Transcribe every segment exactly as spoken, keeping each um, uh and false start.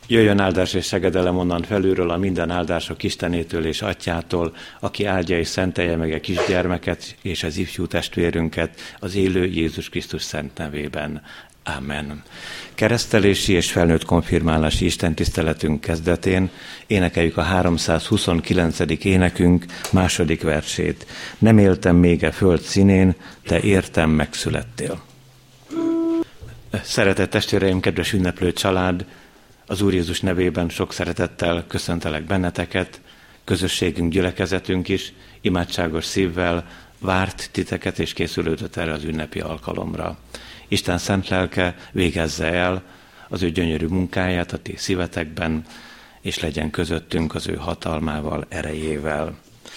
Jöjjön áldás és segedelem onnan felülről, a minden áldások Istenétől és Atyától, aki áldja és szentelje meg a kisgyermeket és az ifjú testvérünket az élő Jézus Krisztus szent nevében. Amen. Keresztelési és felnőtt konfirmálási istentiszteletünk kezdetén énekeljük a háromszázhuszonkilencedik énekünk második versét. Nem éltem még e föld színén, te értem megszülettél. Szeretett testvéreim, kedves ünneplő család, az Úr Jézus nevében sok szeretettel köszöntelek benneteket, közösségünk, gyülekezetünk is imádságos szívvel várt titeket és készülődött erre az ünnepi alkalomra. Isten szent lelke végezze el az ő gyönyörű munkáját a ti szívetekben, és legyen közöttünk az ő hatalmával, erejével.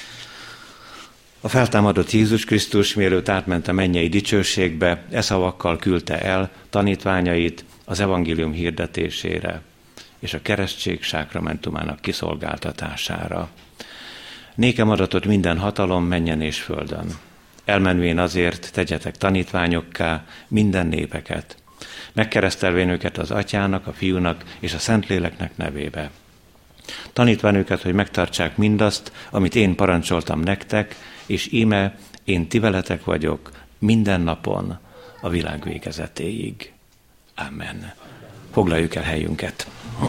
A feltámadott Jézus Krisztus, mielőtt átment a mennyei dicsőségbe, e szavakkal küldte el tanítványait az evangélium hirdetésére és a keresztség sákramentumának kiszolgáltatására. Nékem adatot minden hatalom mennyen és földön. Elmenvén azért tegyetek tanítványokká minden népeket, megkeresztelvén őket az Atyának, a Fiúnak és a Szentléleknek nevébe. Tanítván őket, hogy megtartsák mindazt, amit én parancsoltam nektek, és íme én ti veletek vagyok minden napon a világ végezetéig. Amen. Foglaljuk el helyünket.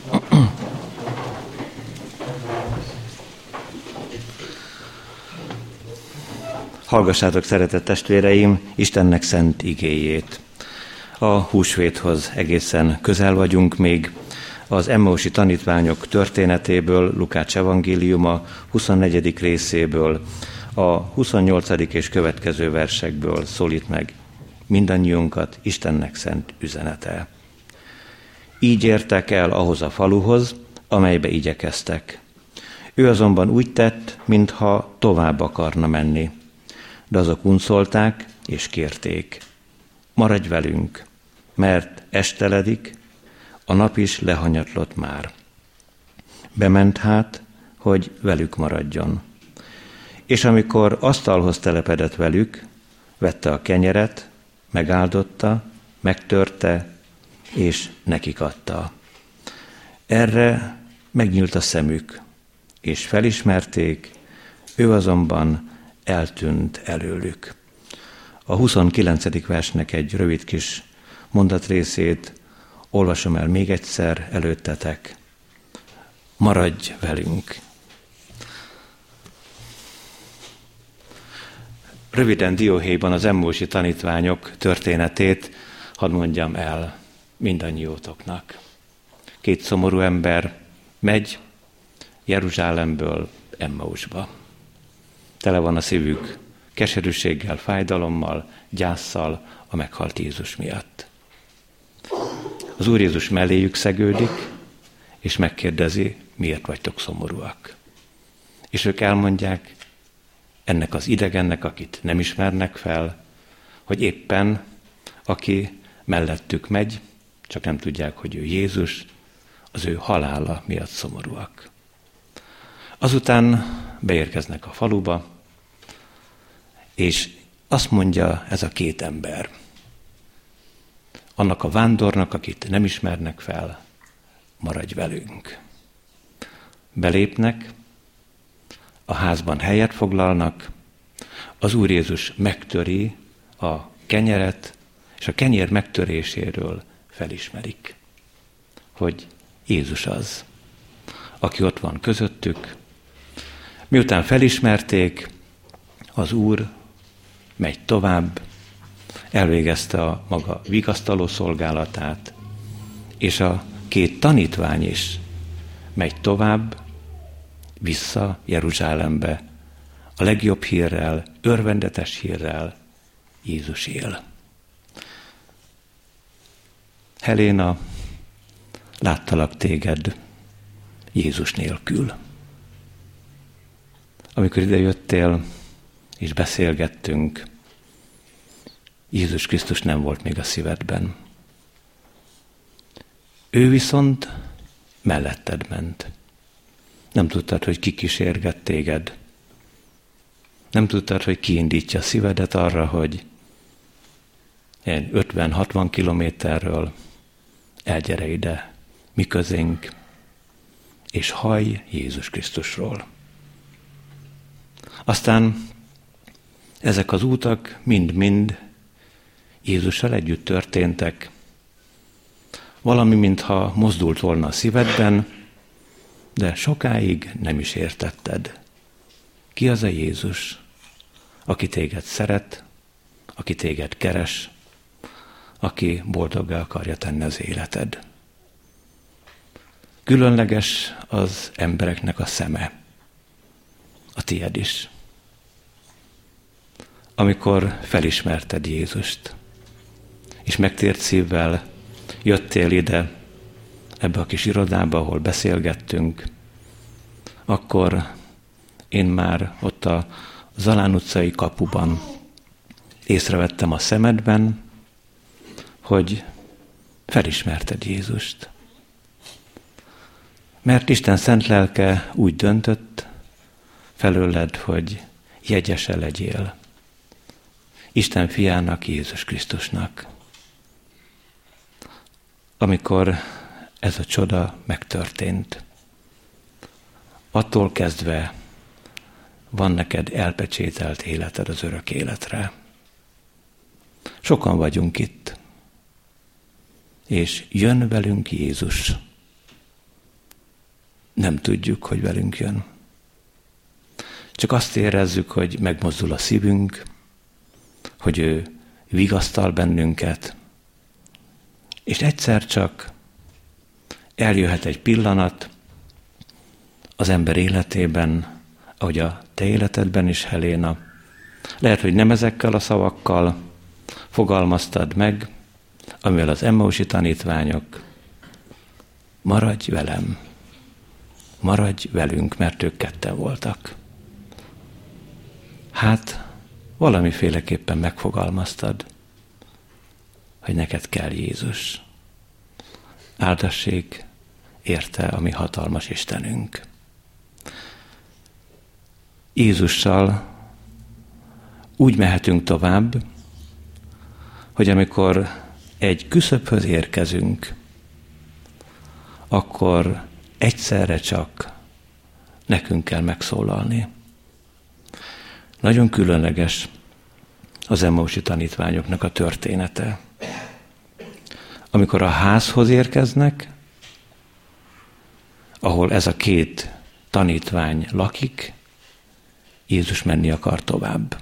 Hallgassátok, szeretett testvéreim, Istennek szent igéjét. A húsvéthoz egészen közel vagyunk még. Az emmausi tanítványok történetéből, Lukács evangéliuma huszonnegyedik részéből, a huszonnyolcadik és következő versekből szólít meg mindannyiunkat Istennek szent üzenete. Így értek el ahhoz a faluhoz, amelybe igyekeztek. Ő azonban úgy tett, mintha tovább akarna menni. De azok unszolták és kérték: maradj velünk, mert esteledik, a nap is lehanyatlott már. Bement hát, hogy velük maradjon. És amikor asztalhoz telepedett velük, vette a kenyeret, megáldotta, megtörte, és nekik adta. Erre megnyílt a szemük, és felismerték, ő azonban eltűnt előlük. A huszonkilencedik versnek egy rövid kis mondatrészét olvasom el még egyszer előttetek. Maradj velünk! Röviden dióhéjban az emmausi tanítványok történetét hadd mondjam el mindannyiótoknak. Két szomorú ember megy Jeruzsálemből Emmausba. Tele van a szívük keserűséggel, fájdalommal, gyásszal a meghalt Jézus miatt. Az Úr Jézus melléjük szegődik, és megkérdezi, miért vagytok szomorúak. És ők elmondják ennek az idegennek, akit nem ismernek fel, hogy éppen aki mellettük megy, csak nem tudják, hogy ő Jézus, az ő halála miatt szomorúak. Azután beérkeznek a faluba, és azt mondja ez a két ember, annak a vándornak, akit nem ismernek fel, maradj velünk. Belépnek, a házban helyet foglalnak, az Úr Jézus megtöri a kenyeret, és a kenyér megtöréséről felismerik, hogy Jézus az, aki ott van közöttük. Miután felismerték, az Úr megy tovább, elvégezte a maga vigasztaló szolgálatát, és a két tanítvány is megy tovább, vissza Jeruzsálembe, a legjobb hírrel, örvendetes hírrel: Jézus él. Heléna, láttalak téged Jézus nélkül. Amikor ide jöttél és beszélgettünk, Jézus Krisztus nem volt még a szívedben. Ő viszont melletted ment. Nem tudtad, hogy ki kísérget téged. Nem tudtad, hogy ki indítja a szívedet arra, hogy ötven-hatvan kilométerről elgyere ide, mi közénk, és hallj Jézus Krisztusról. Aztán ezek az útak mind-mind Jézussal együtt történtek. Valami, mintha mozdult volna a szívedben, de sokáig nem is értetted. Ki az a Jézus, aki téged szeret, aki téged keres, aki boldoggá akarja tenni az életed. Különleges az embereknek a szeme, a tied is. Amikor felismerted Jézust, és megtért szívvel jöttél ide, ebbe a kis irodába, ahol beszélgettünk, akkor én már ott a Zalán utcai kapuban észrevettem a szemedben, hogy felismerted Jézust. Mert Isten szent lelke úgy döntött felőled, hogy jegyese legyél Isten fiának, Jézus Krisztusnak. Amikor ez a csoda megtörtént, attól kezdve van neked elpecsételt életed az örök életre. Sokan vagyunk itt, és jön velünk Jézus. Nem tudjuk, hogy velünk jön. Csak azt érezzük, hogy megmozdul a szívünk, hogy ő vigasztal bennünket, és egyszer csak eljöhet egy pillanat az ember életében, ahogy a te életedben is, Heléna. Lehet, hogy nem ezekkel a szavakkal fogalmaztad meg, amivel az Emmausi tanítványok: maradj velem, maradj velünk, mert ők ketten voltak. Hát, valamiféleképpen megfogalmaztad, hogy neked kell Jézus. Áldassék érte a mi hatalmas Istenünk. Jézussal úgy mehetünk tovább, hogy amikor egy küszöbhöz érkezünk, akkor egyszerre csak nekünk kell megszólalni. Nagyon különleges az Emmausi tanítványoknak a története. Amikor a házhoz érkeznek, ahol ez a két tanítvány lakik, Jézus menni akar tovább.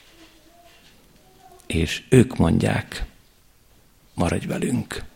És ők mondják: maradj velünk.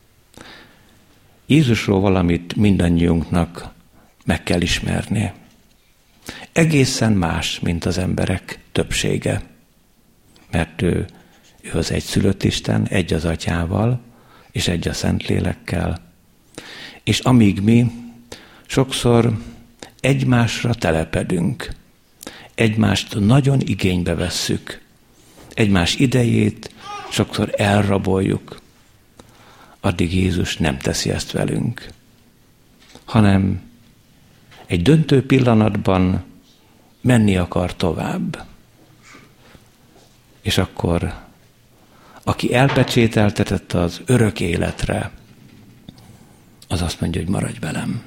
Jézusról valamit mindannyiunknak meg kell ismerni. Egészen más, mint az emberek többsége. Mert ő, ő az egyszülött Isten, egy az Atyával, és egy a Szentlélekkel. És amíg mi sokszor egymásra telepedünk, egymást nagyon igénybe vesszük, egymás idejét sokszor elraboljuk, addig Jézus nem teszi ezt velünk, hanem egy döntő pillanatban menni akar tovább. És akkor, aki elpecsételtetett az örök életre, az azt mondja, hogy maradj velem.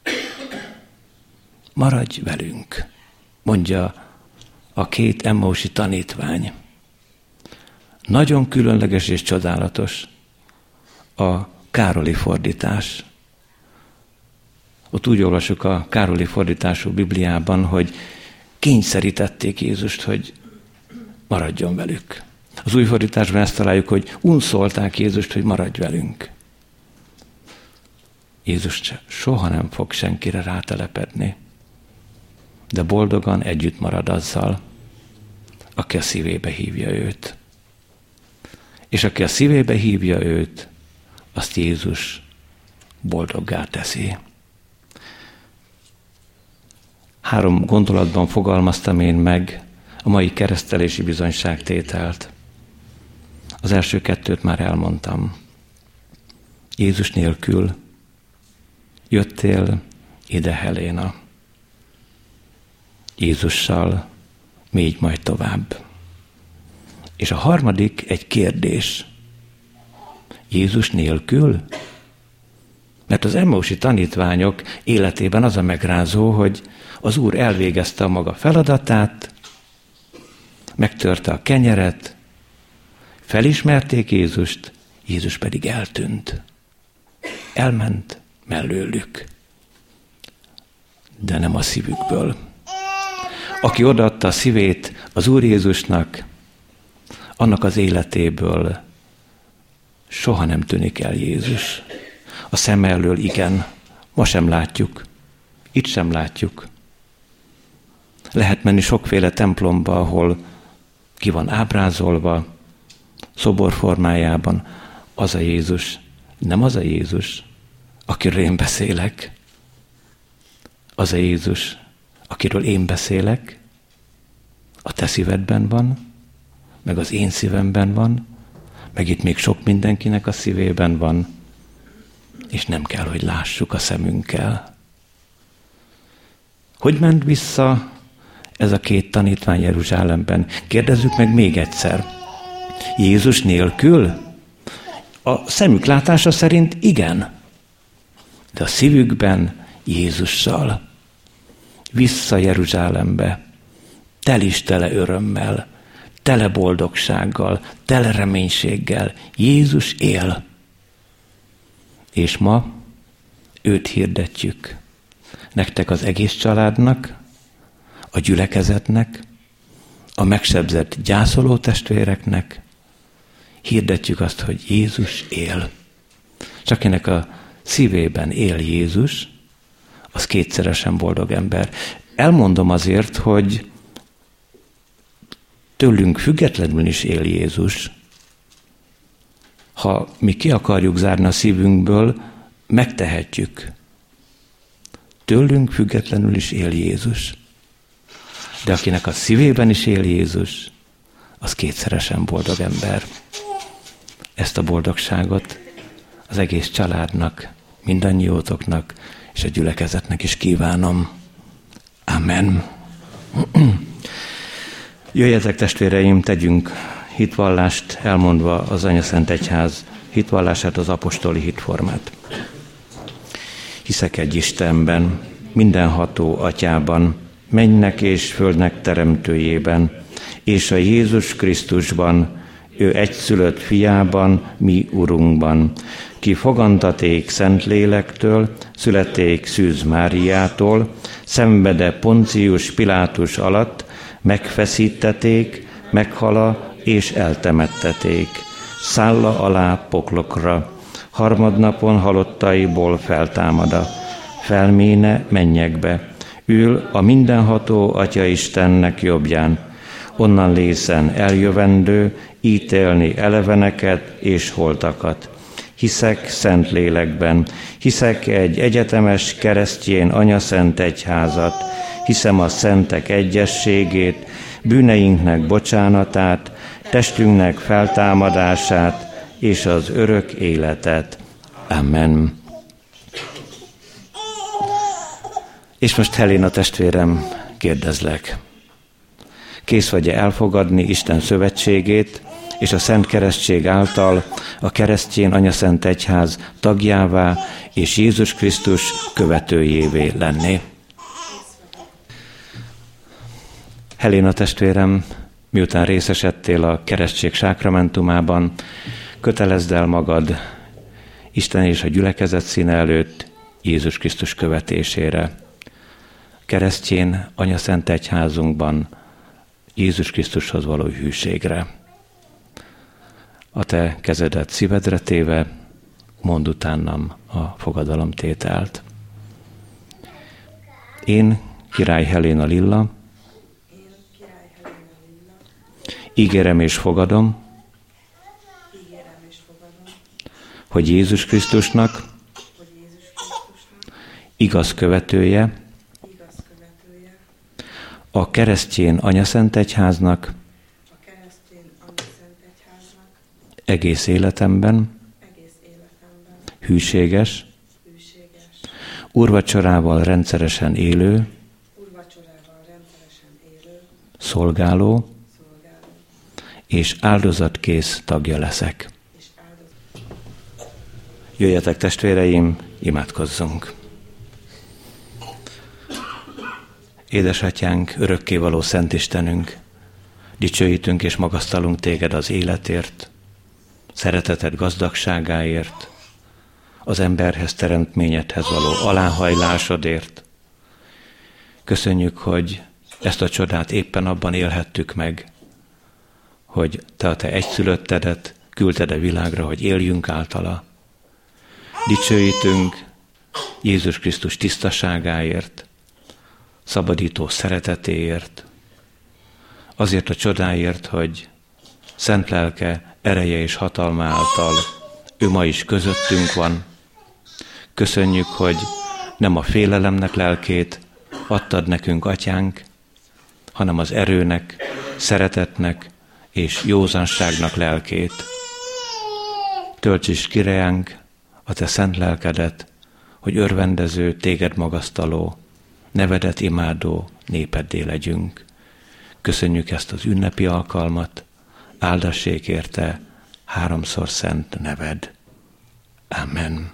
Maradj velünk, mondja a két emmausi tanítvány. Nagyon különleges és csodálatos a Károli fordítás. Ott úgy olvasjuk a Károli fordítású Bibliában, hogy kényszerítették Jézust, hogy maradjon velük. Az új fordításban ezt találjuk, hogy unszolták Jézust, hogy maradj velünk. Jézus soha nem fog senkire rátelepedni, de boldogan együtt marad azzal, aki a szívébe hívja őt. És aki a szívébe hívja őt, azt Jézus boldoggá teszi. Három gondolatban fogalmaztam én meg a mai keresztelési bizonyságtételt. Az első kettőt már elmondtam. Jézus nélkül jöttél ide, Heléna. Jézussal mégy majd tovább. És a harmadik egy kérdés. Jézus nélkül? Mert az emmausi tanítványok életében az a megrázó, hogy az Úr elvégezte a maga feladatát, megtörte a kenyeret, felismerték Jézust, Jézus pedig eltűnt. Elment mellőlük, de nem a szívükből. Aki odaadta a szívét az Úr Jézusnak, annak az életéből soha nem tűnik el Jézus. A szem elől igen, ma sem látjuk, itt sem látjuk. Lehet menni sokféle templomba, ahol ki van ábrázolva, szobor formájában az a Jézus, nem az a Jézus, akiről én beszélek. Az a Jézus, akiről én beszélek, a te szívedben van, meg az én szívemben van, meg itt még sok mindenkinek a szívében van, és nem kell, hogy lássuk a szemünkkel. Hogy ment vissza ez a két tanítvány Jeruzsálemben? Kérdezzük meg még egyszer. Jézus nélkül? A szemük látása szerint igen, de a szívükben Jézussal. Vissza Jeruzsálembe, tel is tele örömmel, tele boldogsággal, tele reménységgel. Jézus él. És ma őt hirdetjük. Nektek az egész családnak, a gyülekezetnek, a megsebzett gyászoló testvéreknek hirdetjük azt, hogy Jézus él. Csak ennek a szívében él Jézus, az kétszeresen boldog ember. Elmondom azért, hogy tőlünk függetlenül is él Jézus. Ha mi ki akarjuk zárni a szívünkből, megtehetjük. Tőlünk függetlenül is él Jézus. De akinek a szívében is él Jézus, az kétszeresen boldog ember. Ezt a boldogságot az egész családnak, mindannyiótoknak és a gyülekezetnek is kívánom. Amen. Jöjjetek, testvéreim, tegyünk hitvallást, elmondva az Anyaszent Egyház hitvallását, az apostoli hitformát. Hiszek egy Istenben, mindenható Atyában, mennynek és földnek teremtőjében, és a Jézus Krisztusban, ő egyszülött fiában, mi Urunkban, ki fogantaték Szentlélektől, születték Szűz Máriától, szenvede Poncius Pilátus alatt, megfeszítették, meghala és eltemetteték, szálla alá poklokra, harmadnapon halottaiból feltámada, felméne mennyekbe, ül a mindenható Atya Istennek jobbján, onnan lészen eljövendő, ítélni eleveneket és holtakat. Hiszek szent lélekben, hiszek egy egyetemes keresztjén anyaszent egyházat, hiszem a szentek egyességét, bűneinknek bocsánatát, testünknek feltámadását és az örök életet. Amen. És most Helena testvérem, kérdezlek. Kész vagy-e elfogadni Isten szövetségét, és a Szent Keresztség által a keresztjén anyaszent egyház tagjává és Jézus Krisztus követőjévé lenni? Helena testvérem, miután részesedtél a keresztség sákramentumában, kötelezd el magad Isten és a gyülekezet színe előtt Jézus Krisztus követésére. Keresztjén anyaszent egyházunkban Jézus Krisztushoz való hűségre. A te kezedet szívedre téve, mondd utánam a fogadalomtételt. Én, Király Helena Lilla, ígérem és fogadom, hogy Jézus Krisztusnak igaz követője, a keresztjén anyaszent egyháznak egész életemben, hűséges, úrvacsorával rendszeresen élő, szolgáló és áldozatkész tagja leszek. Jöjjetek testvéreim, imádkozzunk! Édesatyánk, örökkévaló Szent Istenünk, dicsőítünk és magasztalunk téged az életért, szereteted gazdagságáért, az emberhez, teremtményedhez való aláhajlásodért. Köszönjük, hogy ezt a csodát éppen abban élhettük meg, hogy te a te egyszülöttedet küldted a világra, hogy éljünk általa. Dicsőítünk Jézus Krisztus tisztaságáért, szabadító szeretetéért, azért a csodáért, hogy szent lelke ereje és hatalma által ő ma is közöttünk van. Köszönjük, hogy nem a félelemnek lelkét adtad nekünk, Atyánk, hanem az erőnek, szeretetnek és józanságnak lelkét. Töltsd ki ránk a te szent lelkedet, hogy örvendező, téged magasztaló, nevedet imádó népeddé legyünk. Köszönjük ezt az ünnepi alkalmat, áldassék érte háromszor szent neved. Amen.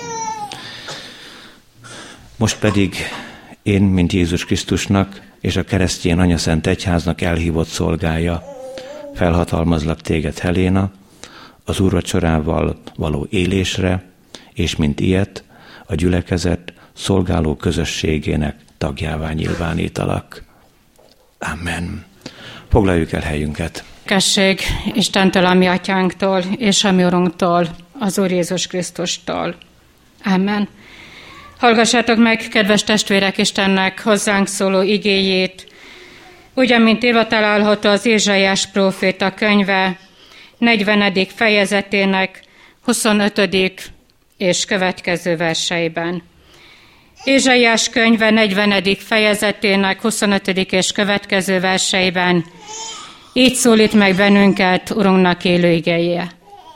Most pedig én, mint Jézus Krisztusnak és a keresztény anyaszent egyháznak elhívott szolgája, felhatalmazlak téged, Heléna, az úrvacsorával való élésre, és mint ilyet a gyülekezet szolgáló közösségének tagjává nyilvánítalak. Amen. Foglaljuk el helyünket. Kesség Istentől, a mi atyánktól, és a mi Urunktól, az Úr Jézus Krisztustól. Amen. Hallgassátok meg, kedves testvérek, Istennek hozzánk szóló igéjét, ugyan, mint írva található az Ézsaiás próféta könyve negyvenedik fejezetének huszonötödik és következő verseiben. Ézsaiás könyve negyvenedik fejezetének huszonötödik és következő verseiben így szólít meg bennünket Urunknak élő igéje.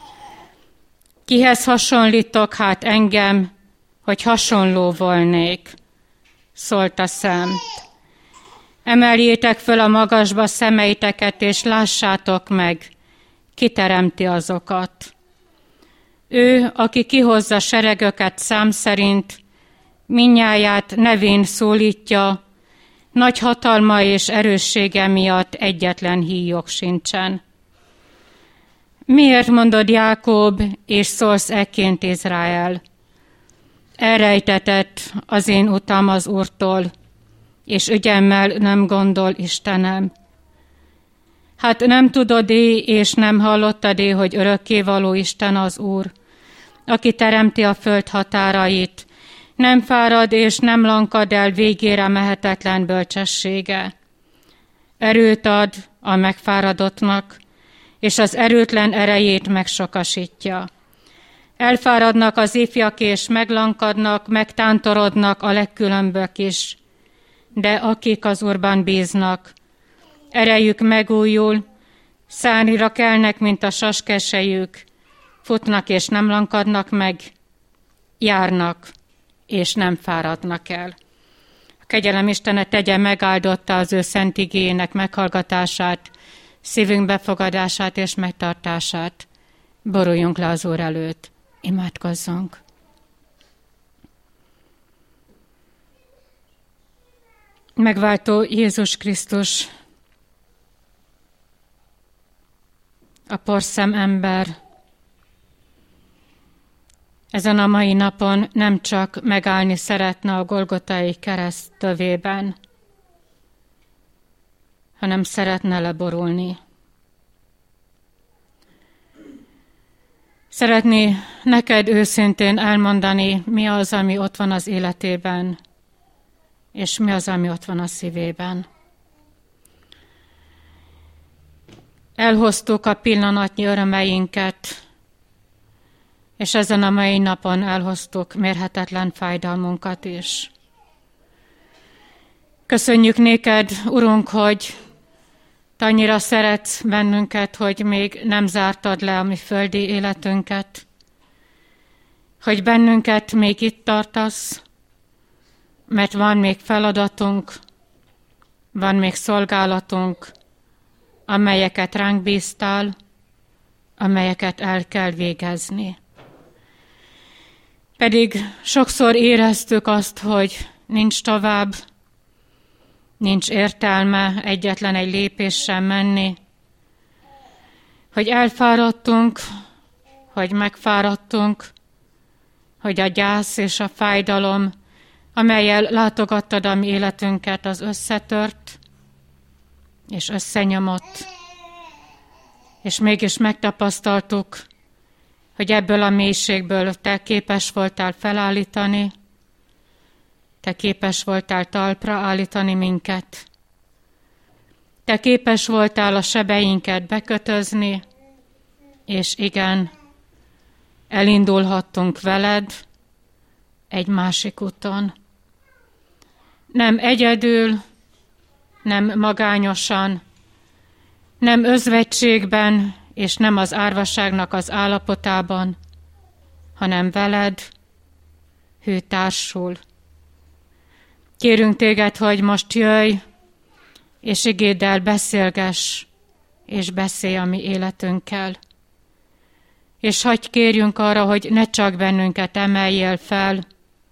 Kihez hasonlítok hát engem, hogy hasonló volnék, szólt a Szent. Emeljétek föl a magasba szemeiteket, és lássátok meg, ki teremti azokat. Ő, aki kihozza seregöket szám szerint, mindnyáját nevén szólítja, nagy hatalma és erőssége miatt egyetlen híjog sincsen. Miért mondod, Jákob, és szólsz ekként, Izrael? Elrejtetett az én utam az Úrtól, és ügyemmel nem gondol Istenem. Hát nem tudod-é, és nem hallottad-é, hogy örökkévaló Isten az Úr, aki teremti a föld határait, nem fárad és nem lankad el végére mehetetlen bölcsessége. Erőt ad a megfáradottnak, és az erőtlen erejét megsokasítja. Elfáradnak az ifjak, és meglankadnak, megtántorodnak a legkülönbök is, de akik az Úrban bíznak, erejük megújul, szárnyra kelnek, mint a saskesejük, futnak és nem lankadnak meg, járnak és nem fáradnak el. A kegyelem Istene tegye megáldotta az ő szent igéjének meghallgatását, szívünk befogadását és megtartását. Boruljunk le az Úr előtt, imádkozzunk. Megváltó Jézus Krisztus, a porszem ember, ezen a mai napon nem csak megállni szeretne a Golgotai kereszt tövében, hanem szeretne leborulni. Szeretné neked őszintén elmondani, mi az, ami ott van az életében, és mi az, ami ott van a szívében. Elhoztuk a pillanatnyi örömeinket, és ezen a mai napon elhoztuk mérhetetlen fájdalmunkat is. Köszönjük néked, Urunk, hogy te annyira szeretsz bennünket, hogy még nem zártad le a mi földi életünket, hogy bennünket még itt tartasz, mert van még feladatunk, van még szolgálatunk, amelyeket ránk bíztál, amelyeket el kell végezni. Pedig sokszor éreztük azt, hogy nincs tovább, nincs értelme egyetlen egy lépéssel menni, hogy elfáradtunk, hogy megfáradtunk, hogy a gyász és a fájdalom, amellyel látogattad a mi életünket, az összetört és összenyomott, és mégis megtapasztaltuk, hogy ebből a mélységből te képes voltál felállítani, te képes voltál talpra állítani minket, te képes voltál a sebeinket bekötözni, és igen, elindulhattunk veled egy másik úton. Nem egyedül, nem magányosan, nem özvegységben, és nem az árvaságnak az állapotában, hanem veled, hű társul. Kérünk téged, hogy most jöjj, és igéddel beszélgess, és beszélj a mi életünkkel. És hagyj kérjünk arra, hogy ne csak bennünket emeljél fel,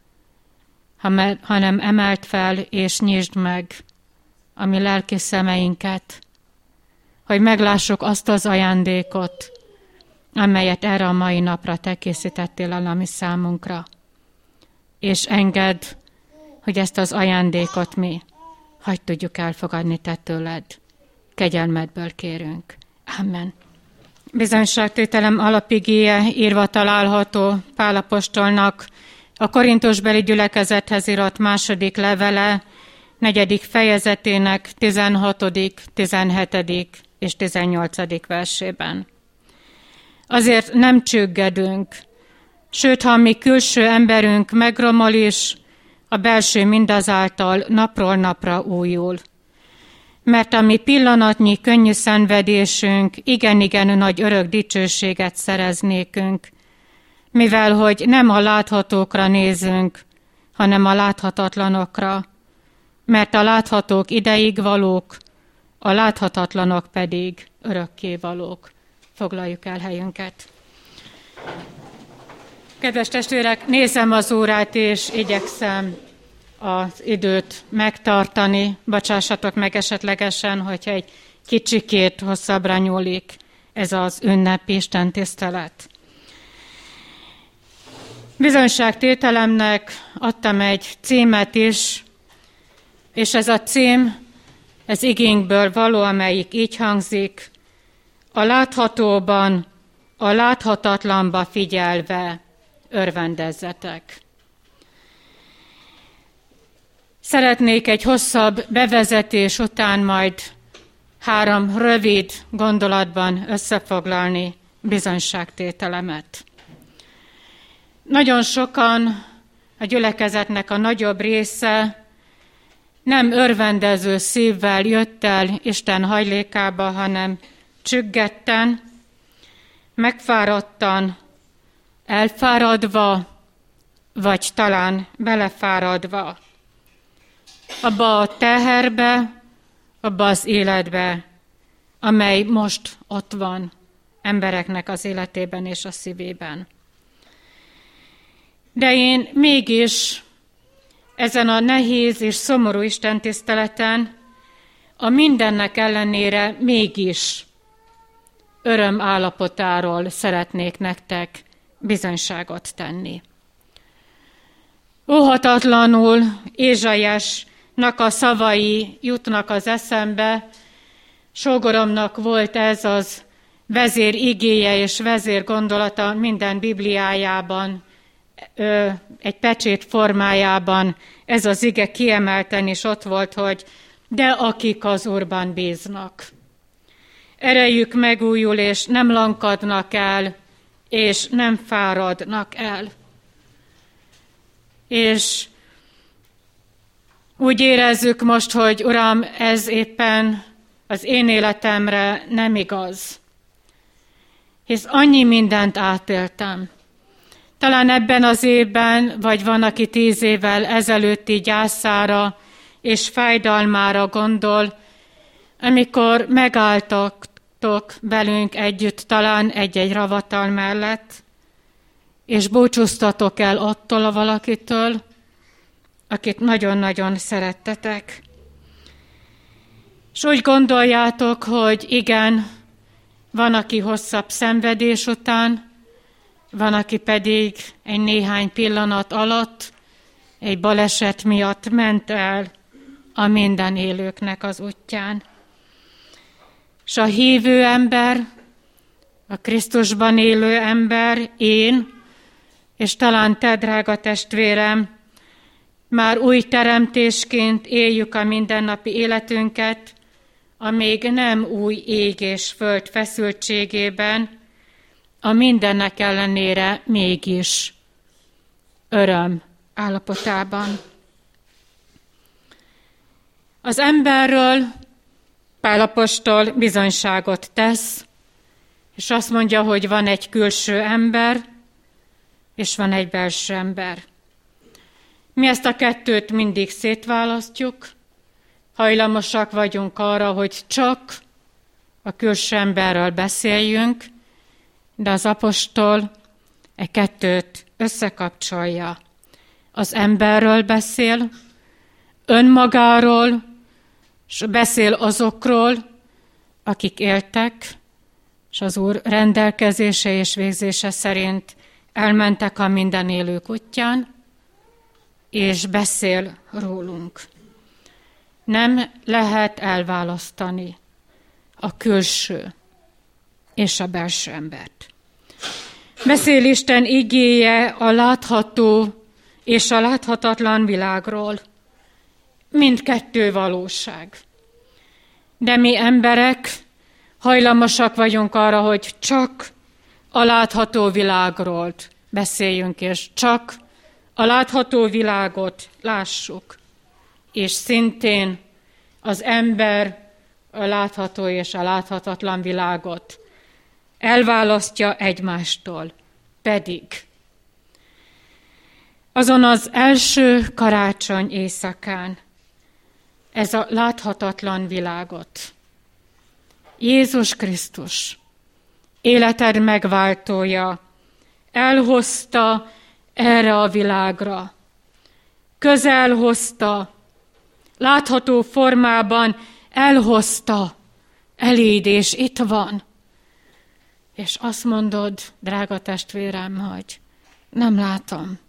hanem emeld fel, és nyisd meg a mi lelki szemeinket, hogy meglássuk azt az ajándékot, amelyet erre a mai napra te készítettél el a mi számunkra. És engedd, hogy ezt az ajándékot mi hagy tudjuk elfogadni te tőled. Kegyelmedből kérünk. Amen. Bizonyságtételem alapigéje írva található Pál apostolnak a korintusbeli gyülekezethez írott második levele, negyedik fejezetének tizenhatodik, tizenhetedik és tizennyolcadik versében. Azért nem csüggedünk, sőt, ha a mi külső emberünk megromol is, a belső mindazáltal napról napra újul. Mert a mi pillanatnyi könnyű szenvedésünk igen-igen nagy örök dicsőséget szerez nékünk, mivel hogy nem a láthatókra nézünk, hanem a láthatatlanokra, mert a láthatók ideig valók, a láthatatlanok pedig örökké valók. Foglaljuk el helyünket. Kedves testvérek, nézem az órát, és igyekszem az időt megtartani. Bocsássatok meg esetlegesen, hogyha egy kicsikét hosszabbra nyúlik ez az ünnepi Isten tisztelet. Bizonyságtételemnek adtam egy címet is, és ez a cím, ez igénkből való, amelyik így hangzik: a láthatóban, a láthatatlanba figyelve örvendezzetek. Szeretnék egy hosszabb bevezetés után majd három rövid gondolatban összefoglalni bizonyságtételemet. Nagyon sokan, a gyülekezetnek a nagyobb része nem örvendező szívvel jött el Isten hajlékába, hanem csüggetten, megfáradtan, elfáradva, vagy talán belefáradva. Abba a teherbe, abba az életbe, amely most ott van embereknek az életében és a szívében. De én mégis ezen a nehéz és szomorú istentiszteleten a mindennek ellenére mégis öröm állapotáról szeretnék nektek bizonyságot tenni. Óhatatlanul Ézsaiásnak a szavai jutnak az eszembe. Sógoromnak volt ez az vezér igéje és vezér gondolata minden Bibliájában, egy pecsét formájában. Ez az ige kiemelten is ott volt, hogy de akik az Úrban bíznak. Erejük megújul, és nem lankadnak el, és nem fáradnak el. És úgy érezzük most, hogy Uram, ez éppen az én életemre nem igaz. Hisz annyi mindent átéltem. Talán ebben az évben, vagy van, aki tíz évvel ezelőtti gyászára és fájdalmára gondol, amikor megálltatok velünk együtt talán egy-egy ravatal mellett, és búcsúztatok el attól a valakitől, akit nagyon-nagyon szerettetek. És úgy gondoljátok, hogy igen, van, aki hosszabb szenvedés után, van, aki pedig egy néhány pillanat alatt egy baleset miatt ment el a minden élőknek az útján. És a hívő ember, a Krisztusban élő ember, én, és talán te, drága testvérem, már új teremtésként éljük a mindennapi életünket, a még nem új ég és föld feszültségében, a mindennek ellenére mégis öröm állapotában. Az emberről Pál apostol bizonyságot tesz, és azt mondja, hogy van egy külső ember, és van egy belső ember. Mi ezt a kettőt mindig szétválasztjuk, hajlamosak vagyunk arra, hogy csak a külső emberről beszéljünk, de az apostol e kettőt összekapcsolja. Az emberről beszél, önmagáról, és beszél azokról, akik éltek, és az Úr rendelkezése és végzése szerint elmentek a minden élők útján, és beszél rólunk. Nem lehet elválasztani a külső és a belső embert. Beszél Isten igéje a látható és a láthatatlan világról. Mindkettő valóság. De mi emberek hajlamosak vagyunk arra, hogy csak a látható világról beszéljünk, és csak a látható világot lássuk. És szintén az ember a látható és a láthatatlan világot elválasztja egymástól. Pedig azon az első karácsony éjszakán ez a láthatatlan világot Jézus Krisztus, életed megváltója, elhozta erre a világra, közel hozta, látható formában elhozta eléd, és itt van. És azt mondod, drága testvérem, hogy nem látom.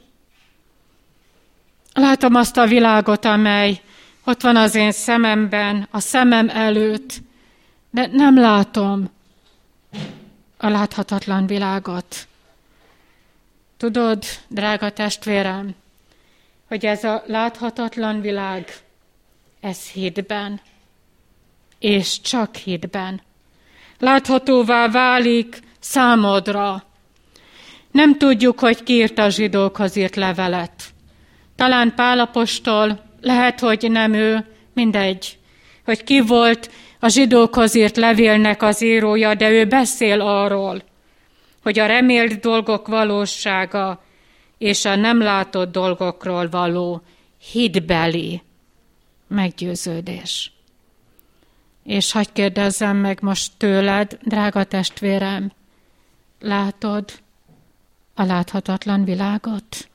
Látom azt a világot, amely ott van az én szememben, a szemem előtt, de nem látom a láthatatlan világot. Tudod, drága testvérem, hogy ez a láthatatlan világ, ez hitben, és csak hitben láthatóvá válik számodra. Nem tudjuk, hogy ki írt a zsidókhoz írt levelet. Talán Pál apostol, lehet, hogy nem ő, mindegy, hogy ki volt a zsidókhoz írt levélnek az írója, de ő beszél arról, hogy a remélt dolgok valósága és a nem látott dolgokról való hitbeli meggyőződés. És hadd kérdezzem meg most tőled, drága testvérem, látod a láthatatlan világot?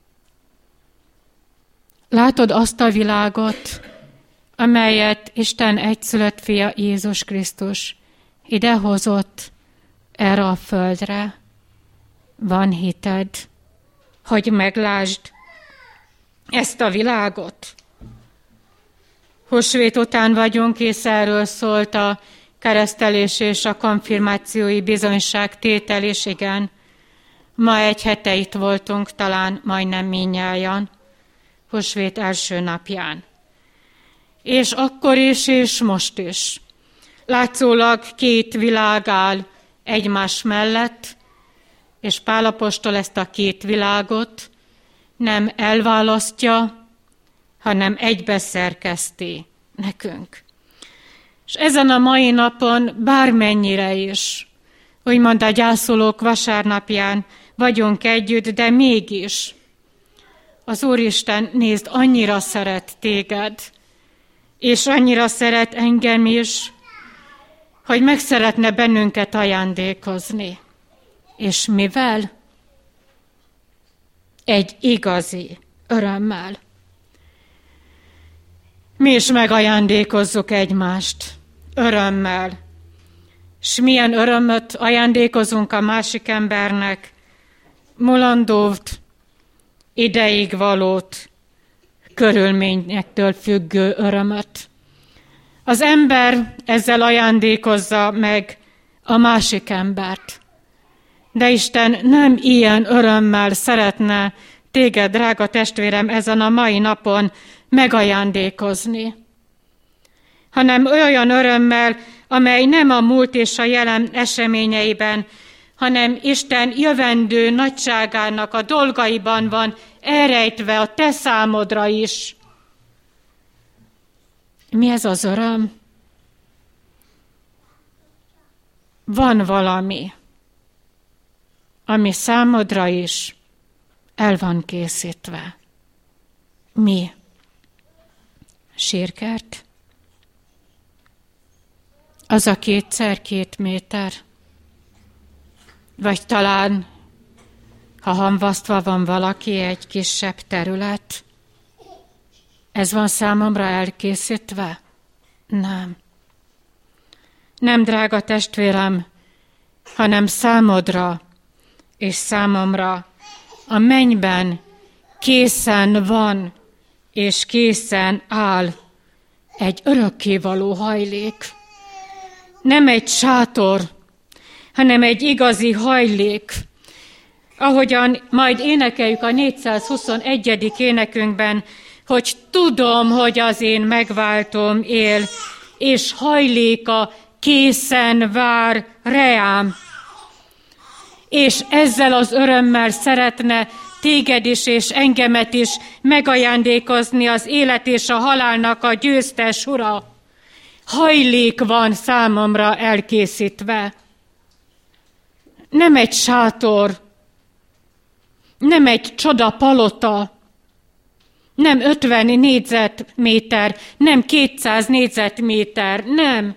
Látod azt a világot, amelyet Isten egyszülött fia Jézus Krisztus idehozott erre a földre? Van hited, hogy meglásd ezt a világot? Húsvét után vagyunk, és erről szólt a keresztelés és a konfirmációi bizonyságtétel, és igen, ma egy hete itt voltunk, talán majdnem mindnyájan, húsvét első napján. És akkor is, és most is. Látszólag két világ áll egymás mellett, és Pál apostol ezt a két világot nem elválasztja, hanem egybeszerkeszti nekünk. És ezen a mai napon bármennyire is, úgymond a gyászolók vasárnapján vagyunk együtt, de mégis az Úristen, nézd, annyira szeret téged, és annyira szeret engem is, hogy meg szeretne bennünket ajándékozni. És mivel? egy igazi örömmel. Mi is megajándékozzuk egymást örömmel. S milyen örömöt ajándékozunk a másik embernek, mulandót, ideig valót, körülményektől függő örömöt. Az ember ezzel ajándékozza meg a másik embert. De Isten nem ilyen örömmel szeretne téged, drága testvérem, ezen a mai napon megajándékozni, hanem olyan örömmel, amely nem a múlt és a jelen eseményeiben, hanem Isten jövendő nagyságának a dolgaiban van elrejtve a te számodra is. Mi ez az öröm? Van valami, ami számodra is el van készítve. Mi? Sírkert? Az a kétszer két méter? Vagy talán, ha hamvasztva van valaki, egy kisebb terület? Ez van számomra elkészítve? Nem. Nem, drága testvérem, hanem számodra és számomra a mennyben készen van és készen áll egy örökkévaló hajlék. Nem egy sátor, hanem egy igazi hajlék. Ahogyan majd énekeljük a négyszázhuszonegyedik énekünkben, hogy tudom, hogy az én megváltom él, és hajléka készen vár reám. És ezzel az örömmel szeretne téged is és engemet is megajándékozni az élet és a halálnak a győztes ura. Hajlék van számomra elkészítve. Nem egy sátor, nem egy csoda palota, nem ötven négyzetméter, nem kétszáz négyzetméter, nem,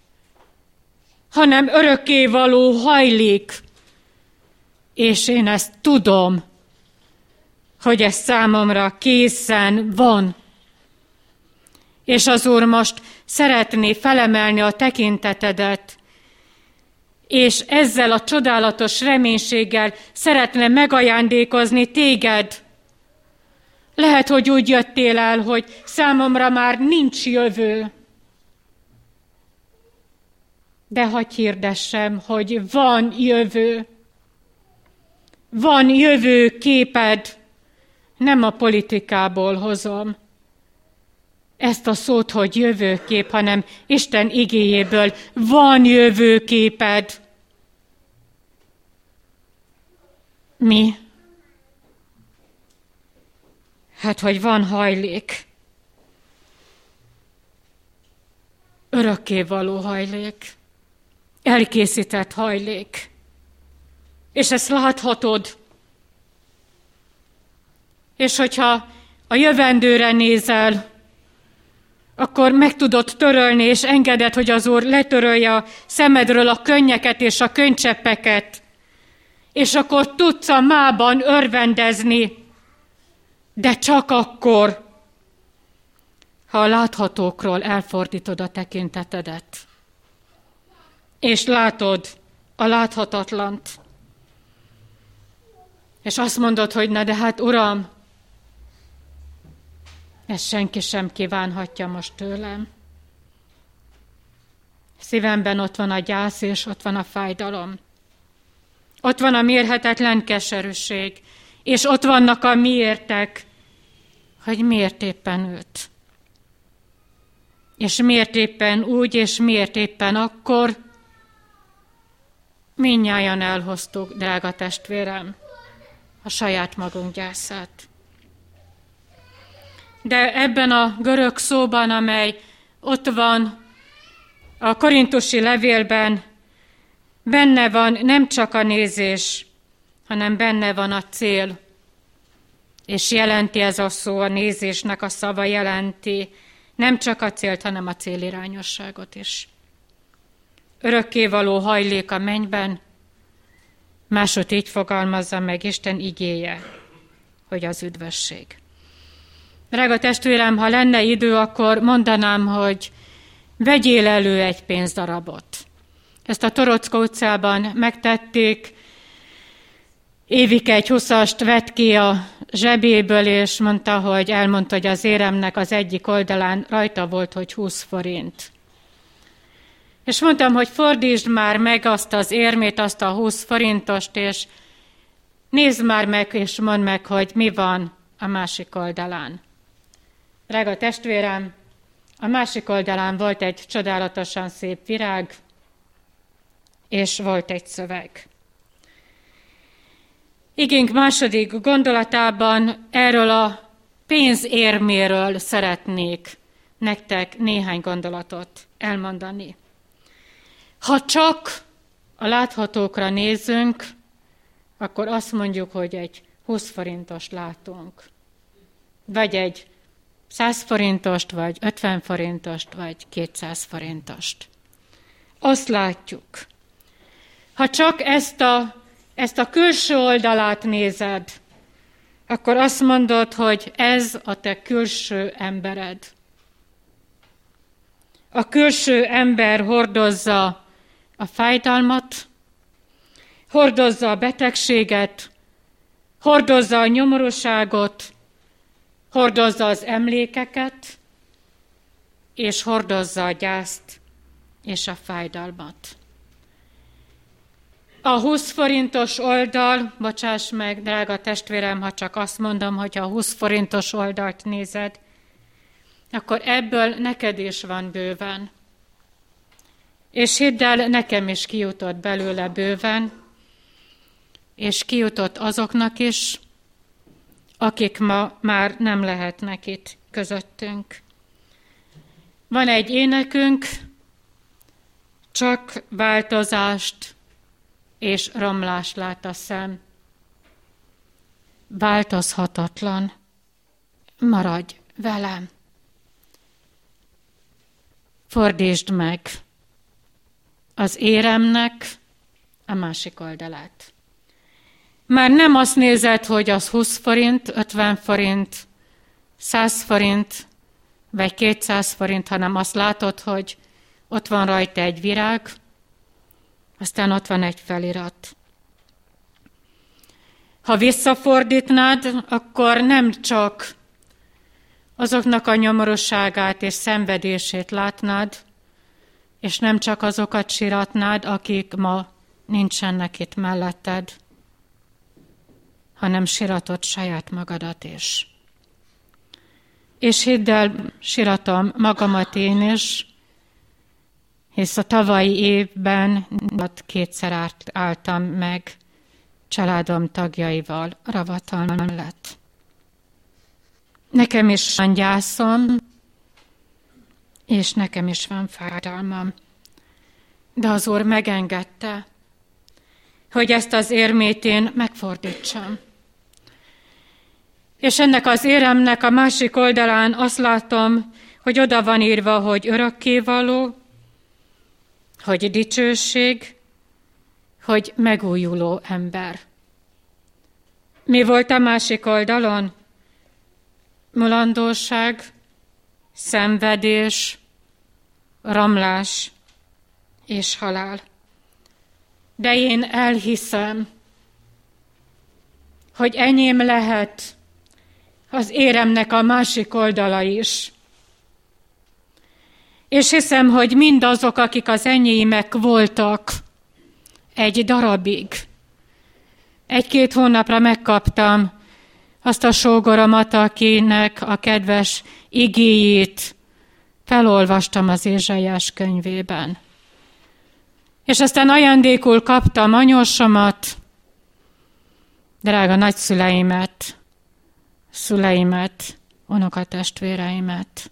hanem örökkévaló hajlék. És én ezt tudom, hogy ez számomra készen van. És az Úr most szeretné felemelni a tekintetedet, és ezzel a csodálatos reménységgel szeretne megajándékozni téged. Lehet, hogy úgy jöttél el, hogy számomra már nincs jövő. De hadd hirdessem, hogy van jövő. Van jövőképed, nem a politikából hozom ezt a szót, hogy jövőkép, hanem Isten igéjéből van jövőképed. Mi? Hát, hogy van hajlék. Örökkévaló hajlék. Elkészített hajlék. És ezt láthatod. És hogyha a jövendőre nézel, akkor meg tudod törölni, és engeded, hogy az Úr letörölje a szemedről a könnyeket és a könnycseppeket, és akkor tudsz a mában örvendezni, de csak akkor, ha a láthatókról elfordítod a tekintetedet, és látod a láthatatlant, és azt mondod, hogy na de hát Uram, ezt senki sem kívánhatja most tőlem. Szívemben ott van a gyász, és ott van a fájdalom. Ott van a mérhetetlen keserűség, és ott vannak a miértek, hogy miért éppen őt. És miért éppen úgy, és miért éppen akkor. Mindnyájan elhoztuk, drága testvérem, a saját magunk gyászát. De ebben a görög szóban, amely ott van a korintusi levélben, benne van nem csak a nézés, hanem benne van a cél. És jelenti ez a szó, a nézésnek a szava jelenti nem csak a célt, hanem a célirányosságot is. Örökkévaló hajlék a mennyben, másod így fogalmazza meg Isten igéje, hogy az üdvösség. Drága testvérem, ha lenne idő, akkor mondanám, hogy vegyél elő egy pénzdarabot. Ezt a Torocka utcában megtették, Évike egy huszast vett ki a zsebéből, és mondta, hogy elmondta, hogy az éremnek az egyik oldalán rajta volt, hogy húsz forint. És mondtam, hogy fordítsd már meg azt az érmét, azt a húsz forintost, és nézd már meg, és mondd meg, hogy mi van a másik oldalán. Drága testvérem, a másik oldalán volt egy csodálatosan szép virág, és volt egy szöveg. Igénk második gondolatában erről a pénzérméről szeretnék nektek néhány gondolatot elmondani. Ha csak a láthatókra nézünk, akkor azt mondjuk, hogy egy húsz forintost látunk. Vagy egy száz forintost, vagy ötven forintost, vagy kétszáz forintost. Azt látjuk. Ha csak ezt a, ezt a külső oldalát nézed, akkor azt mondod, hogy ez a te külső embered. A külső ember hordozza a fájdalmat, hordozza a betegséget, hordozza a nyomorúságot, hordozza az emlékeket, és hordozza a gyászt és a fájdalmat. A húsz forintos oldal, bocsáss meg, drága testvérem, ha csak azt mondom, hogy ha a húsz forintos oldalt nézed, akkor ebből neked is van bőven. És hidd el, nekem is kijutott belőle bőven, és kijutott azoknak is, akik ma már nem lehetnek itt közöttünk. Van egy énekünk, csak változást és romlást lát a szem. Változhatatlan, maradj velem. Fordítsd meg az éremnek a másik oldalát. Már nem azt nézed, hogy az húsz forint, ötven forint, száz forint, vagy kétszáz forint, hanem azt látod, hogy ott van rajta egy virág, aztán ott van egy felirat. Ha visszafordítnád, akkor nem csak azoknak a nyomorúságát és szenvedését látnád, és nem csak azokat síratnád, akik ma nincsenek itt melletted, hanem síratod saját magadat is. És hidd el, síratom magamat én is, hisz a tavalyi évben kétszer álltam meg családom tagjaival ravatal mellett. Nekem is van gyászom, és nekem is van fájdalmam. De az Úr megengedte, hogy ezt az érmét én megfordítsam. És ennek az éremnek a másik oldalán azt látom, hogy oda van írva, hogy örökkévaló, hogy dicsőség, hogy megújuló ember. Mi volt a másik oldalon? Mulandóság, szenvedés, romlás és halál. De én elhiszem, hogy enyém lehet az éremnek a másik oldala is. És hiszem, hogy mindazok, akik az enyémek voltak egy darabig. Egy-két hónapra megkaptam azt a sógoromat, akinek a kedves igéjét felolvastam az Ézsaiás könyvében. És aztán ajándékul kaptam anyósomat, drága nagyszüleimet, szüleimet, unokatestvéreimet.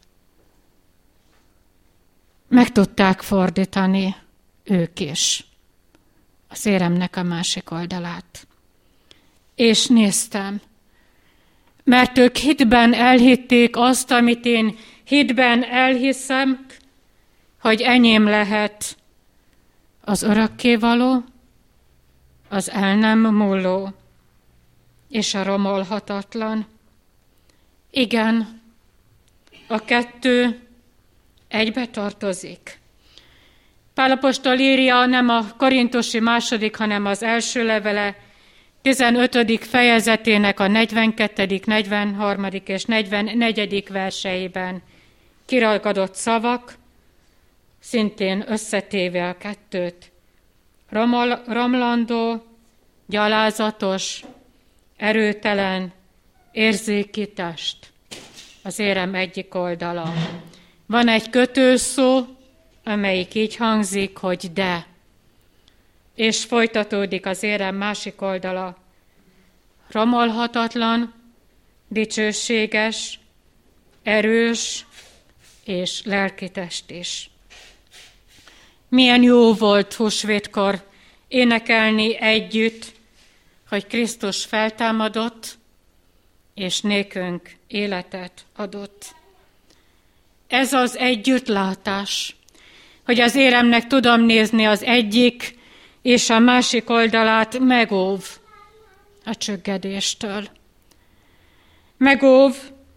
Meg tudták fordítani ők is az éremnek a másik oldalát. És néztem, mert ők hitben elhitték azt, amit én hitben elhiszem, hogy enyém lehet az örökkévaló, az el nem múló, és a romolhatatlan. Igen, a kettő egybe tartozik. Pál apostol írja nem a korintusi második, hanem az első levele tizenötödik fejezetének a negyvenkettedik, negyvenharmadik és negyvennegyedik verseiben kiragadott szavak, szintén összetéve a kettőt. Romol, romlandó, gyalázatos, erőtelen, érzéki test. Az érem egyik oldala. Van egy kötőszó, amelyik így hangzik, hogy de. És folytatódik az érem másik oldala. Romolhatatlan, dicsőséges, erős és lelkitest is. Milyen jó volt húsvétkor énekelni együtt, hogy Krisztus feltámadott, és nékünk életet adott. Ez az együttlátás, hogy az éremnek tudom nézni az egyik és a másik oldalát, megóv a csüggedéstől. Megóv,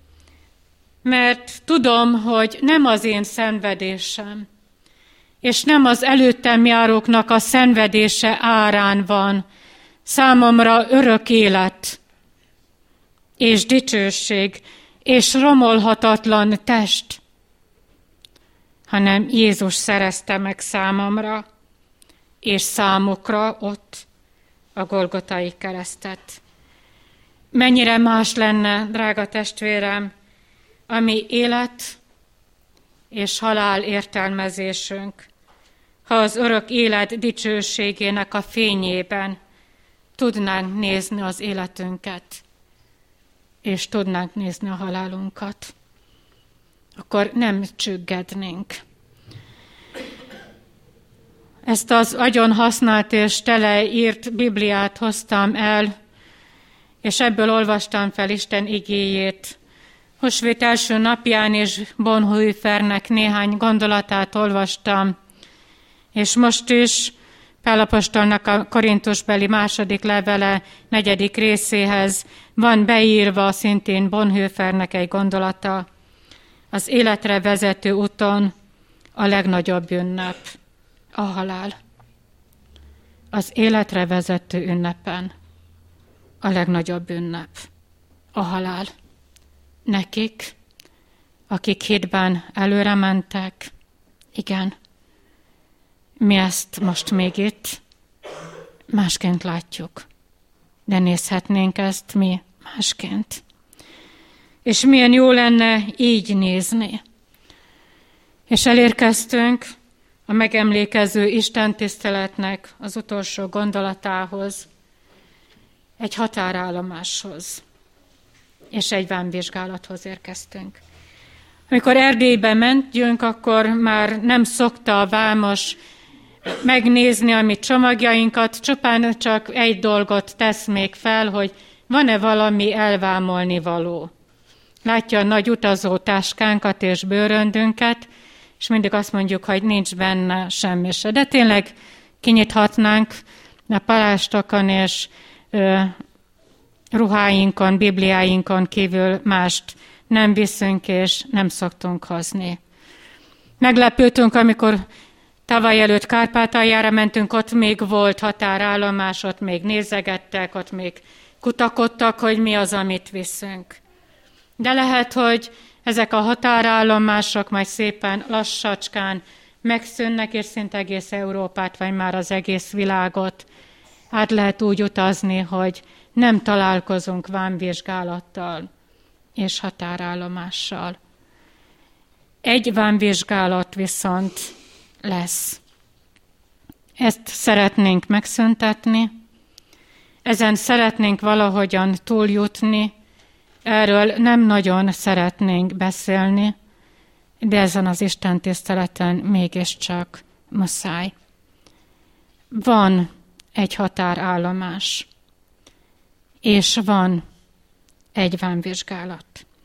mert tudom, hogy nem az én szenvedésem, és nem az előttem járóknak a szenvedése árán van számomra örök élet, és dicsőség, és romolhatatlan test, hanem Jézus szerezte meg számomra, és számukra ott a Golgotai keresztet. Mennyire más lenne, drága testvérem, a mi élet és halál értelmezésünk, ha az örök élet dicsőségének a fényében tudnánk nézni az életünket, és tudnánk nézni a halálunkat, akkor nem csüggednénk. Ezt az agyon használt és teleírt Bibliát hoztam el, és ebből olvastam fel Isten igéjét. Húsvét első napján és Bonhoeffernek néhány gondolatát olvastam, és most is Pál apostolnak a korintusbeli második levele negyedik részéhez van beírva szintén Bonhoeffernek egy gondolata. Az életre vezető úton a legnagyobb ünnep, a halál. Az életre vezető ünnepen a legnagyobb ünnep, a halál. Nekik, akik hitben előre mentek, igen, mi ezt most még itt másként látjuk, de nézhetnénk ezt mi másként. És milyen jó lenne így nézni. És elérkeztünk a megemlékező istentiszteletnek az utolsó gondolatához, egy határállomáshoz, és egy vámvizsgálathoz érkeztünk. Amikor Erdélybe mentünk, akkor már nem szokta a vámos megnézni a mi csomagjainkat, csupán csak egy dolgot tesz még fel, hogy van-e valami elvámolni való. Látja a nagy utazó táskánkat és bőröndünket, és mindig azt mondjuk, hogy nincs benne semmi se. De tényleg kinyithatnánk a palástokon és ö, ruháinkon, bibliáinkon kívül mást nem viszünk és nem szoktunk hozni. Meglepődtünk, amikor tavaly előtt Kárpátaljára mentünk, ott még volt határállomás, ott még nézegettek, ott még kutakodtak, hogy mi az, amit viszünk. De lehet, hogy ezek a határállomások majd szépen lassacskán megszűnnek, és szinte egész Európát, vagy már az egész világot át lehet úgy utazni, hogy nem találkozunk vámvizsgálattal és határállomással. Egy vámvizsgálat viszont lesz. Ezt szeretnénk megszüntetni, ezen szeretnénk valahogyan túljutni, erről nem nagyon szeretnénk beszélni, de ezen az Isten tiszteleten mégiscsak muszáj. Van egy határállomás, és van egy vámvizsgálat.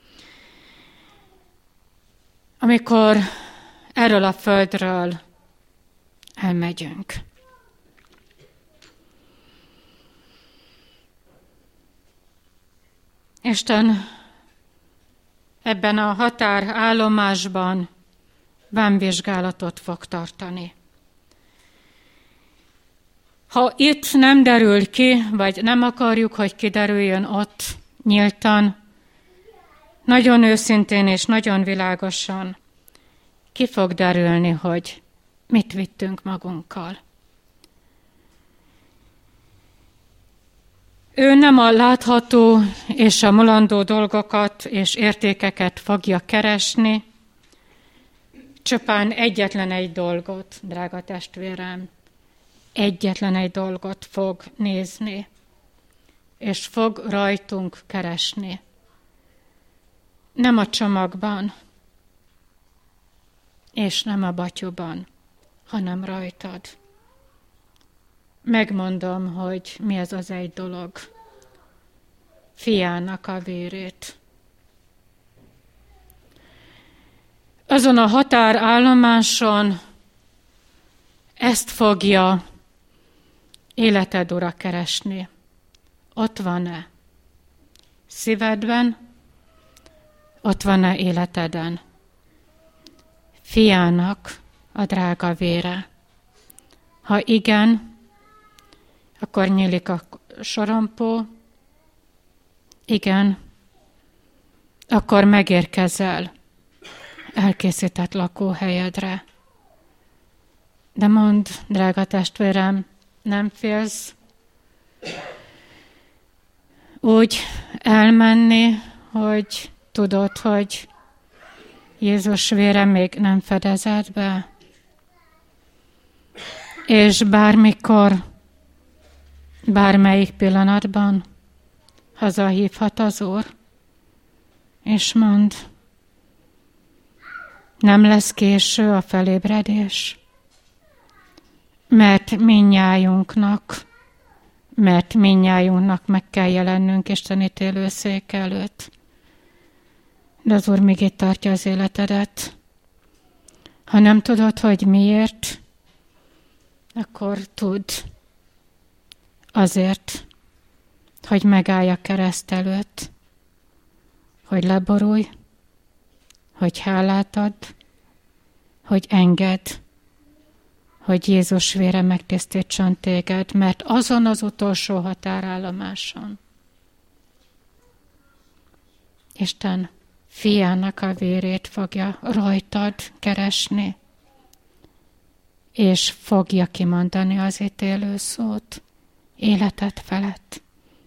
Amikor erről a földről elmegyünk. Isten ebben a határállomásban vámvizsgálatot fog tartani. Ha itt nem derül ki, vagy nem akarjuk, hogy kiderüljön ott nyíltan, nagyon őszintén és nagyon világosan ki fog derülni, hogy mit vittünk magunkkal. Ő nem a látható és a mulandó dolgokat és értékeket fogja keresni, csupán egyetlen egy dolgot, drága testvérem, egyetlen egy dolgot fog nézni, és fog rajtunk keresni. Nem a csomagban, és nem a batyuban, hanem rajtad. Megmondom, hogy mi ez az egy dolog. Fiának a vérét. Azon a határállomáson ezt fogja életed ura keresni. Ott van-e? Szívedben? Ott van-e életeden? Fiának a drága vére. Ha igen, akkor nyílik a sorompó. Igen, akkor megérkezel elkészített lakóhelyedre. De mondd, drága testvérem, nem félsz úgy elmenni, hogy tudod, hogy Jézus vére még nem fedezett be? És bármikor, bármelyik pillanatban hazahívhat az Úr, és mond, nem lesz késő a felébredés, mert mindnyájunknak, mert mindnyájunknak meg kell jelennünk Isten ítélőszék előtt. De az Úr még itt tartja az életedet. Ha nem tudod, hogy miért, akkor tudd, azért, hogy megállj a kereszt előtt, hogy leborulj, hogy hálát add, hogy engedd, hogy Jézus vére megtisztítson téged, mert azon az utolsó határállomáson Isten fiának a vérét fogja rajtad keresni, és fogja kimondani az ítélő szót életed felett.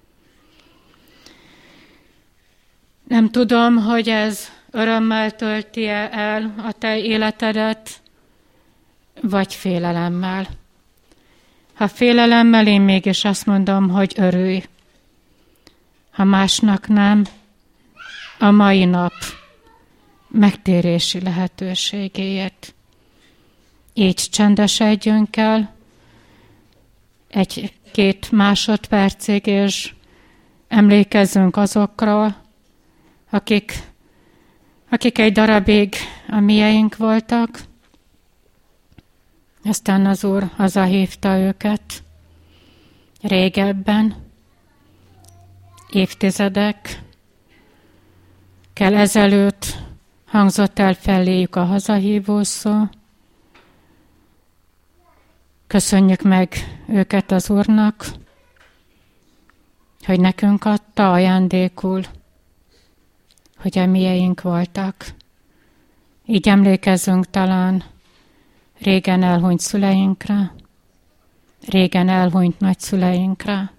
Nem tudom, hogy ez örömmel tölti el a te életedet, vagy félelemmel. Ha félelemmel, én mégis azt mondom, hogy örülj. Ha másnak nem, a mai nap megtérési lehetőségéért. Így csendesedjünk el egy-két másodpercig, és emlékezzünk azokra, akik, akik egy darabig a mieink voltak, aztán az Úr hazahívta őket régebben, évtizedek kell ezelőtt hangzott el feléjük a hazahívó szó. Köszönjük meg őket az Úrnak, hogy nekünk adta ajándékul, hogy a mieink voltak. Így emlékezzünk talán régen elhunyt szüleinkre, régen elhunyt nagyszüleinkre,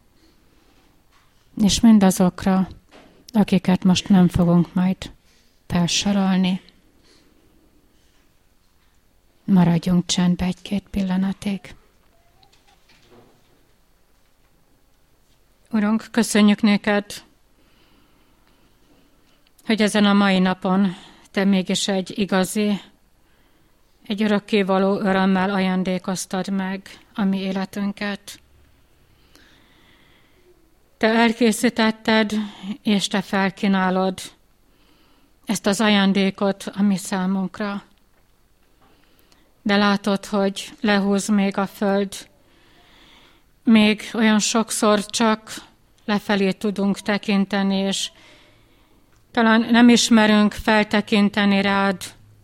és mindazokra, akiket most nem fogunk majd felsorolni. Maradjunk csendbe egy-két pillanatig. Urunk, köszönjük néked, hogy ezen a mai napon te mégis egy igazi, egy örökkévaló örömmel ajándékoztad meg a mi életünket. Te elkészítetted, és te felkínálod ezt az ajándékot a mi számunkra. De látod, hogy lehúz még a föld, még olyan sokszor csak lefelé tudunk tekinteni, és talán nem ismerünk feltekinteni rád,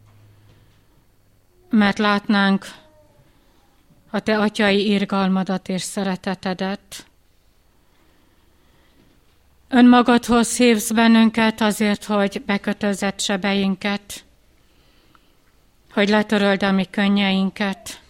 mert látnánk a te atyai irgalmadat és szeretetedet. Önmagadhoz hívsz bennünket azért, hogy bekötözett sebeinket, hogy letöröld a mi könnyeinket.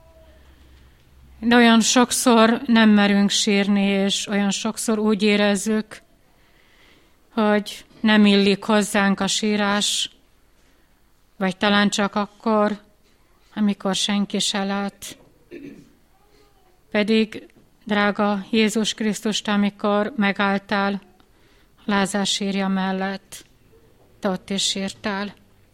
De olyan sokszor nem merünk sírni, és olyan sokszor úgy érezzük, hogy nem illik hozzánk a sírás, vagy talán csak akkor, amikor senki se lát. Pedig, drága Jézus Krisztust, amikor megálltál Lázár sírja mellett, te ott is sírtál.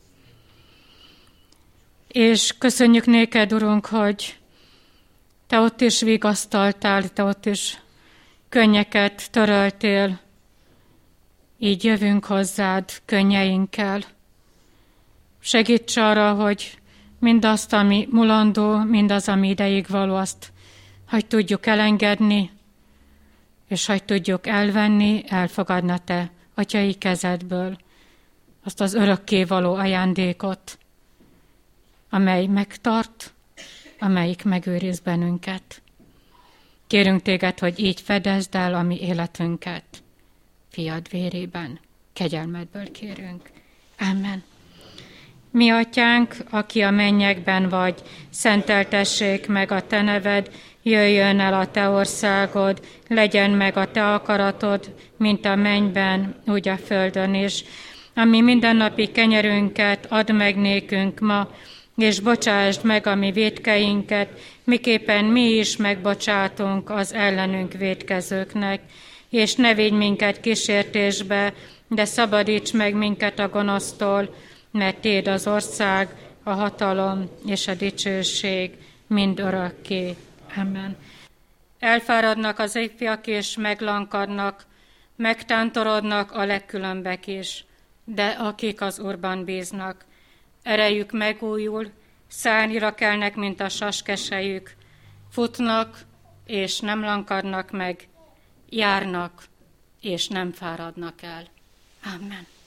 És köszönjük néked, Urunk, hogy te ott is vigasztaltál, te ott is könnyeket töröltél, így jövünk hozzád könnyeinkkel. Segíts arra, hogy mindazt, ami mulandó, mindaz, ami ideig való, azt hagy tudjuk elengedni, és hagy tudjuk elvenni, elfogadni a te atyai kezedből azt az örökkévaló ajándékot, amely megtart, amelyik megőriz bennünket. Kérünk téged, hogy így fedezd el a mi életünket. Fiad vérében, kegyelmedből kérünk. Amen. Mi atyánk, aki a mennyekben vagy, szenteltessék meg a te neved, jöjjön el a te országod, legyen meg a te akaratod, mint a mennyben, úgy a földön is. Ami mindennapi kenyerünket add meg nékünk ma, és bocsásd meg a mi vétkeinket, miképpen mi is megbocsátunk az ellenünk vétkezőknek. És ne védj minket kísértésbe, de szabadíts meg minket a gonosztól, mert téd az ország, a hatalom és a dicsőség mind örökké. Amen. Elfáradnak az ifjak és meglankadnak, megtántorodnak a legkülönbek is, de akik az Úrban bíznak, erejük megújul, szárnyra kelnek, mint a saskesejük, futnak és nem lankadnak meg, járnak és nem fáradnak el. Amen.